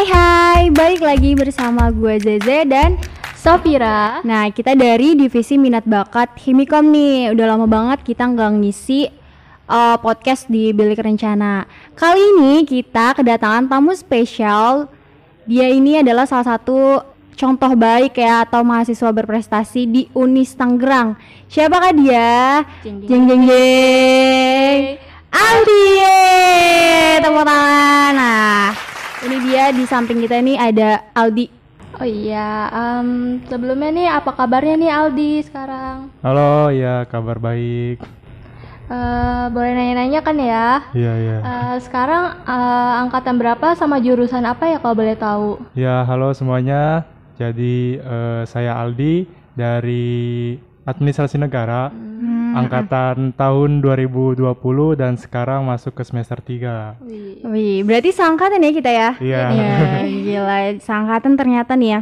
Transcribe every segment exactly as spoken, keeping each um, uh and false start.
Hai hai, balik lagi bersama gue Zeze dan Sofira. Nah, kita dari Divisi Minat Bakat Himikom nih. Udah lama banget kita nggak ngisi uh, podcast di Bilik Rencana. Kali ini kita kedatangan tamu spesial. Dia ini adalah salah satu contoh baik ya atau mahasiswa berprestasi di Unis Tangerang. Siapakah dia? Jeng Jeng jeng jeng. Aldi, tepuk tangan. Nah, ini dia di samping kita nih ada Aldi. Oh iya, um, sebelumnya nih apa kabarnya nih Aldi sekarang? Halo, ya kabar baik. Uh, boleh nanya-nanya kan ya? Iya, iya. Uh, sekarang uh, angkatan berapa sama jurusan apa ya kalau boleh tahu? Ya, halo semuanya. Jadi uh, saya Aldi dari Administrasi Negara, hmm. angkatan tahun dua ribu dua puluh dan sekarang masuk ke semester tiga. Wih, Wih, berarti seangkatan ya kita ya? Iya. Ya, gila, seangkatan ternyata nih ya.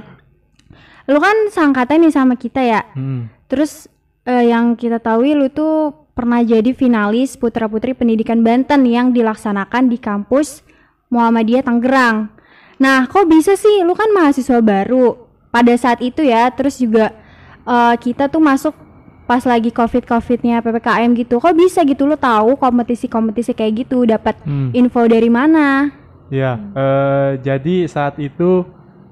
Lu kan seangkatan nih sama kita ya. Hmm. Terus uh, yang kita tahu lu tuh pernah jadi finalis Putra Putri Pendidikan Banten yang dilaksanakan di kampus Muhammadiyah Tangerang. Nah, kok bisa sih lu kan mahasiswa baru pada saat itu ya, terus juga uh, kita tuh masuk pas lagi covid-covidnya P P K M gitu. Kok bisa gitu lu tahu kompetisi-kompetisi kayak gitu, dapat hmm. info dari mana? Ya, hmm. uh, jadi saat itu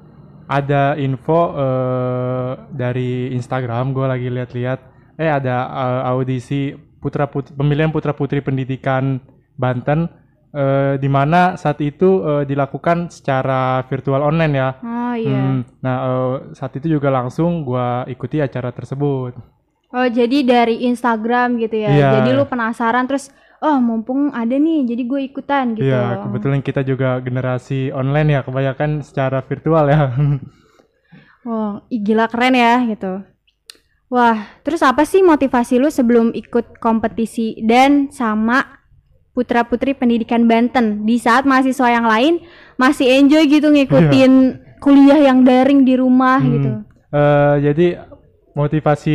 ada info uh, dari Instagram, gue lagi lihat-lihat, eh ada uh, audisi putra putri, pemilihan Putra Putri Pendidikan Banten. Uh, di mana saat itu uh, dilakukan secara virtual online ya. Oh iya. Hmm, nah uh, saat itu juga langsung gua ikuti acara tersebut. Oh jadi dari Instagram gitu ya. Yeah. Jadi lu penasaran terus, oh mumpung ada nih, jadi gue ikutan gitu. Iya, yeah, kebetulan kita juga generasi online ya, kebanyakan secara virtual ya. Oh, gila keren ya gitu. Wah, terus apa sih motivasi lu sebelum ikut kompetisi dan sama Putra Putri Pendidikan Banten di saat mahasiswa yang lain masih enjoy gitu ngikutin yeah. kuliah yang daring di rumah hmm, gitu. Uh, jadi motivasi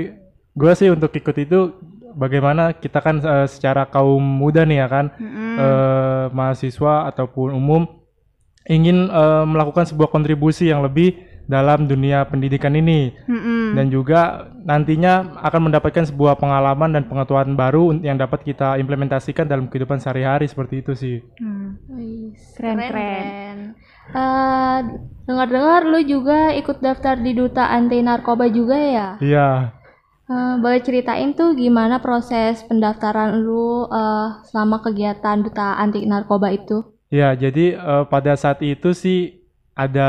gue sih untuk ikut itu bagaimana kita kan uh, secara kaum muda nih ya kan, mm-hmm. uh, mahasiswa ataupun umum ingin uh, melakukan sebuah kontribusi yang lebih dalam dunia pendidikan ini, mm-hmm. dan juga nantinya akan mendapatkan sebuah pengalaman dan pengetahuan baru yang dapat kita implementasikan dalam kehidupan sehari-hari seperti itu sih. Hmm. Keren keren. Uh, dengar-dengar lu juga ikut daftar di Duta Anti Narkoba juga ya? Iya. Uh, boleh ceritain tuh gimana proses pendaftaran lu uh, selama kegiatan Duta Anti Narkoba itu? Iya, jadi uh, pada saat itu sih ada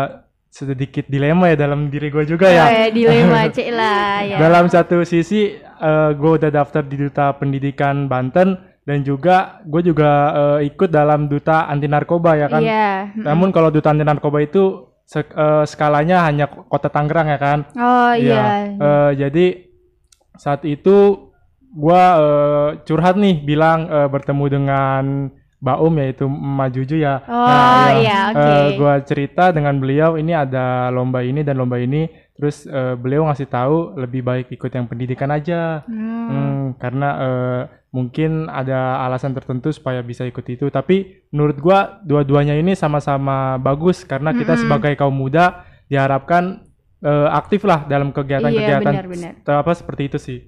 sedikit dilema ya dalam diri gue juga ya. Oh ya, dilema cek lah ya. Dalam satu sisi uh, gue udah daftar di Duta Pendidikan Banten dan juga gue juga uh, ikut dalam Duta Anti Narkoba ya kan. Iya. Namun kalau Duta Anti Narkoba itu sek- uh, skalanya hanya Kota Tangerang ya kan. Oh iya. Ya, uh, jadi saat itu gue uh, curhat nih bilang uh, bertemu dengan Mbak Um yaitu Mbak Juju ya. Oh nah, ya, iya oke. Okay. Uh, gua cerita dengan beliau ini ada lomba ini dan lomba ini, terus uh, beliau ngasih tahu lebih baik ikut yang pendidikan aja. Hmm. Hmm, karena uh, mungkin ada alasan tertentu supaya bisa ikut itu, tapi menurut gua dua-duanya ini sama-sama bagus karena kita hmm. sebagai kaum muda diharapkan uh, aktif lah dalam kegiatan-kegiatan iya, benar, benar. apa seperti itu sih.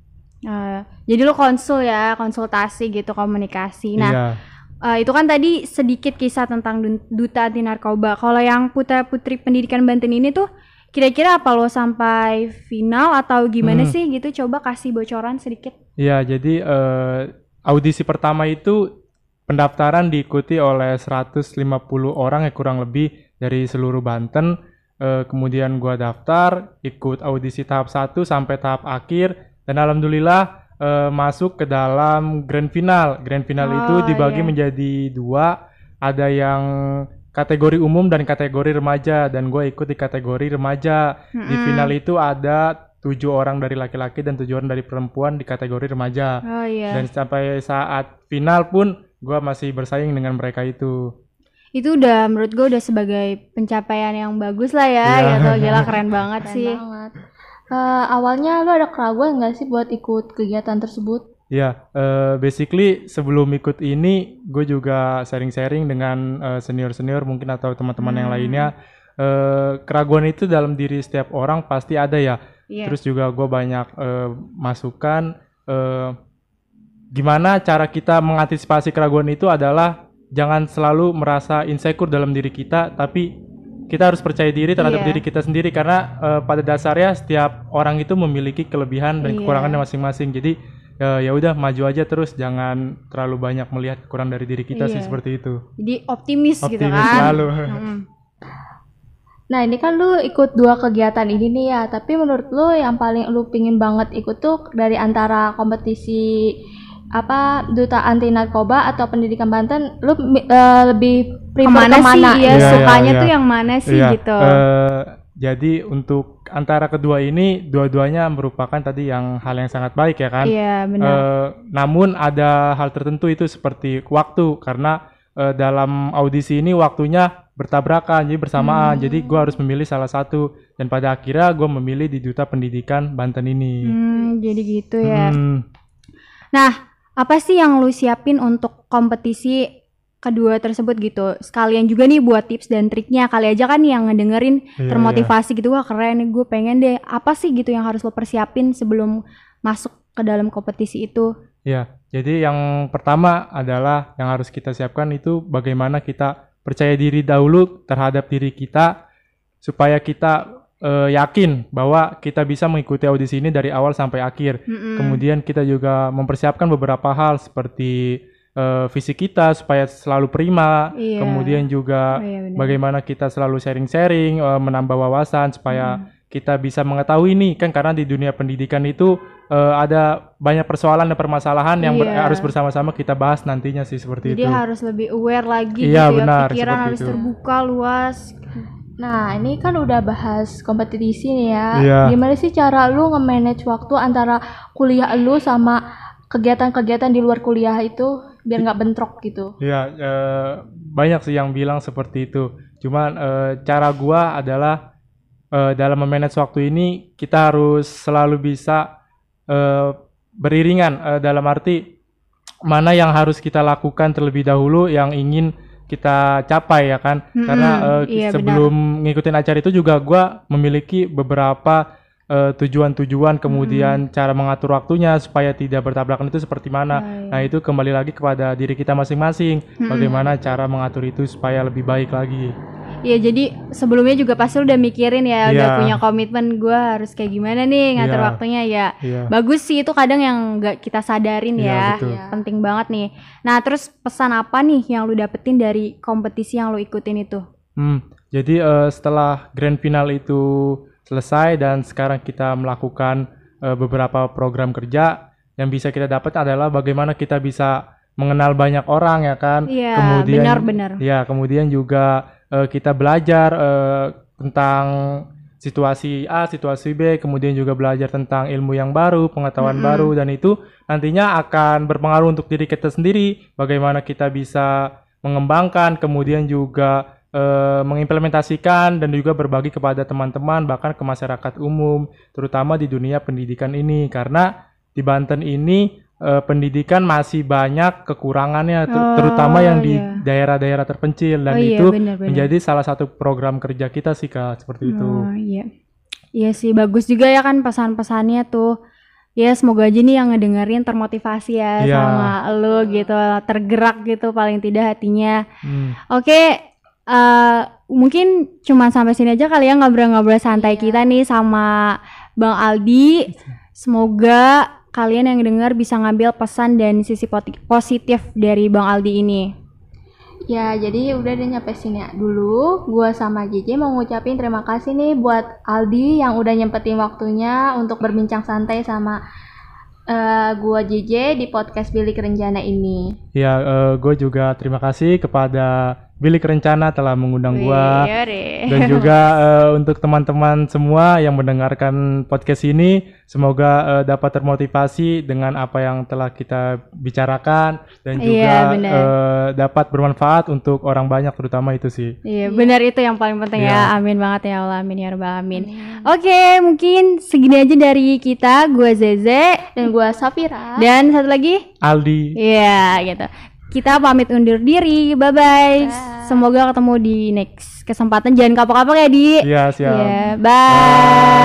Uh, jadi lu konsul ya, konsultasi gitu, komunikasi. Nah, iya. Uh, itu kan tadi sedikit kisah tentang Duta Anti Narkoba. Kalau yang Putra Putri Pendidikan Banten ini tuh kira-kira apa lo sampai final atau gimana hmm. sih gitu? Coba kasih bocoran sedikit. Iya, jadi uh, audisi pertama itu pendaftaran diikuti oleh seratus lima puluh orang ya kurang lebih dari seluruh Banten. Uh, kemudian gua daftar, ikut audisi tahap satu sampai tahap akhir dan alhamdulillah Uh, masuk ke dalam grand final. Grand final oh, itu dibagi iya. menjadi dua, ada yang kategori umum dan kategori remaja, dan gue ikut di kategori remaja. Mm-hmm. Di final itu ada tujuh orang dari laki-laki dan tujuh orang dari perempuan di kategori remaja. Oh, iya. Dan sampai saat final pun gue masih bersaing dengan mereka itu. Itu udah menurut gue udah sebagai pencapaian yang bagus lah ya, yeah. gitu. Gila keren banget keren sih. Banget. Uh, awalnya lo ada keraguan nggak sih buat ikut kegiatan tersebut? Ya, eh, basically sebelum ikut ini, gue juga sharing-sharing dengan eh, senior-senior mungkin atau teman-teman yang Hmm. lainnya. Eh, keraguan itu dalam diri setiap orang pasti ada ya. Iya. Terus juga gue banyak eh, masukan. eh, gimana cara kita mengantisipasi keraguan itu adalah jangan selalu merasa insecure dalam diri kita, tapi kita harus percaya diri terhadap Iya. diri kita sendiri karena eh, pada dasarnya setiap orang itu memiliki kelebihan dan Iya. kekurangannya masing-masing. Jadi eh, ya udah maju aja terus, jangan terlalu banyak melihat kekurangan dari diri kita sih Iya. seperti itu. Jadi optimis, gitu Optimis kan. selalu. Mm-mm. Nah ini kan lu ikut dua kegiatan ini nih ya, tapi menurut lu yang paling lu pingin banget ikut tuh dari antara kompetisi apa duta anti narkoba atau pendidikan Banten, lu mi- eh, lebih prefer Kemana, kemana? sih? Iya, Iya, sukanya iya, tuh iya. yang mana sih Iya, gitu. eh, jadi untuk antara kedua ini, dua-duanya merupakan tadi yang hal yang sangat baik ya kan. Iya, benar. Eh, namun ada hal tertentu itu seperti waktu karena eh, dalam audisi ini waktunya bertabrakan jadi bersamaan. Jadi gue harus memilih salah satu dan pada akhirnya gue memilih di Duta Pendidikan Banten ini. Hmm, jadi gitu ya. Hmm, Nah, apa sih yang lu siapin untuk kompetisi kedua tersebut gitu? Sekalian juga nih buat tips dan triknya. Kali aja kan yang ngedengerin iya, termotivasi gitu, wah keren nih gue pengen deh. Apa sih gitu yang harus lo persiapin sebelum masuk ke dalam kompetisi itu? Ya, jadi yang pertama adalah yang harus kita siapkan itu bagaimana kita percaya diri dahulu terhadap diri kita supaya kita eh, yakin bahwa kita bisa mengikuti audisi ini dari awal sampai akhir. Mm-mm. Kemudian kita juga mempersiapkan beberapa hal seperti eh, fisik kita supaya selalu prima. Iya. Kemudian juga Oh, iya benar. bagaimana kita selalu sharing-sharing, eh, menambah wawasan supaya Hmm. kita bisa mengetahui nih kan karena di dunia pendidikan itu eh, ada banyak persoalan dan permasalahan yang ber- Iya. harus bersama-sama kita bahas nantinya sih seperti Jadi itu. harus lebih aware lagi Iya, gitu benar, ya, pikiran seperti harus itu. terbuka luas. Nah ini kan udah bahas kompetisi nih ya. Iya. Gimana sih cara lu nge-manage waktu antara kuliah lu sama kegiatan-kegiatan di luar kuliah itu biar nggak bentrok gitu? Iya, eh, banyak sih yang bilang seperti itu. Cuman eh, cara gua adalah eh, dalam memanage waktu ini kita harus selalu bisa eh, beriringan eh, dalam arti mana yang harus kita lakukan terlebih dahulu yang ingin kita capai ya kan. Mm-mm, Karena eh, iya, sebelum ngikutin acara itu juga gua memiliki beberapa eh, tujuan-tujuan kemudian cara mengatur waktunya supaya tidak bertabrakan itu seperti mana. Baik. Nah, itu kembali lagi kepada diri kita masing-masing. Mm-mm. Bagaimana cara mengatur itu supaya lebih baik lagi. Iya, jadi sebelumnya juga pasti lu udah mikirin ya, udah Iya. punya komitmen gue harus kayak gimana nih ngatur Iya. waktunya ya. Iya. Bagus sih itu kadang yang nggak kita sadarin Iya, ya. betul. Iya. Penting banget nih. Nah, terus pesan apa nih yang lu dapetin dari kompetisi yang lu ikutin itu? Hmm, jadi eh, setelah grand final itu selesai dan sekarang kita melakukan eh, beberapa program kerja yang bisa kita dapat adalah bagaimana kita bisa mengenal banyak orang ya kan. Iya, kemudian benar-benar. ya kemudian juga eh, kita belajar eh, tentang situasi A, situasi B, kemudian juga belajar tentang ilmu yang baru, pengetahuan Mm-mm. baru dan itu nantinya akan berpengaruh untuk diri kita sendiri. Bagaimana kita bisa mengembangkan, kemudian juga eh, mengimplementasikan dan juga berbagi kepada teman-teman bahkan ke masyarakat umum, terutama di dunia pendidikan ini karena di Banten ini eh, pendidikan masih banyak kekurangannya ter- Oh, terutama yang di iya. daerah-daerah terpencil dan Oh iya, itu benar-benar. menjadi salah satu program kerja kita sih Kak seperti itu. Oh iya. Iya sih, bagus juga ya kan pesan-pesannya tuh. Ya semoga aja nih yang ngedengerin termotivasi ya Iya. sama lu gitu, tergerak gitu paling tidak hatinya. Hmm. Oke, eh mungkin cuma sampai sini aja kali ya ngobrol-ngobrol santai Iya. kita nih sama Bang Aldi. Semoga kalian yang dengar bisa ngambil pesan dan sisi poti- positif dari Bang Aldi ini. Ya, jadi udah deh nyampe sini dulu. Gua sama J J mau ngucapin terima kasih nih buat Aldi yang udah nyempetin waktunya untuk berbincang santai sama eh, gua J J di podcast Bilik Renjana ini. Ya, gue juga terima kasih kepada Billy Kerencana telah mengundang Wih, gua. yore. Dan juga uh, untuk teman-teman semua yang mendengarkan podcast ini, semoga uh, dapat termotivasi dengan apa yang telah kita bicarakan dan juga Iya, benar. uh, dapat bermanfaat untuk orang banyak, terutama itu sih. Iya, benar itu yang paling penting Iya. ya. Amin banget ya Allah, amin ya rabbal alamin. Oke, mungkin segini aja dari kita. Gua Zeze Dan gua Safira. dan satu lagi. Aldi. Iya, gitu. Kita pamit undur diri. Bye bye. Semoga ketemu di next kesempatan. Jangan kapok-kapok ya, Di. Iya, siap. Iya, bye.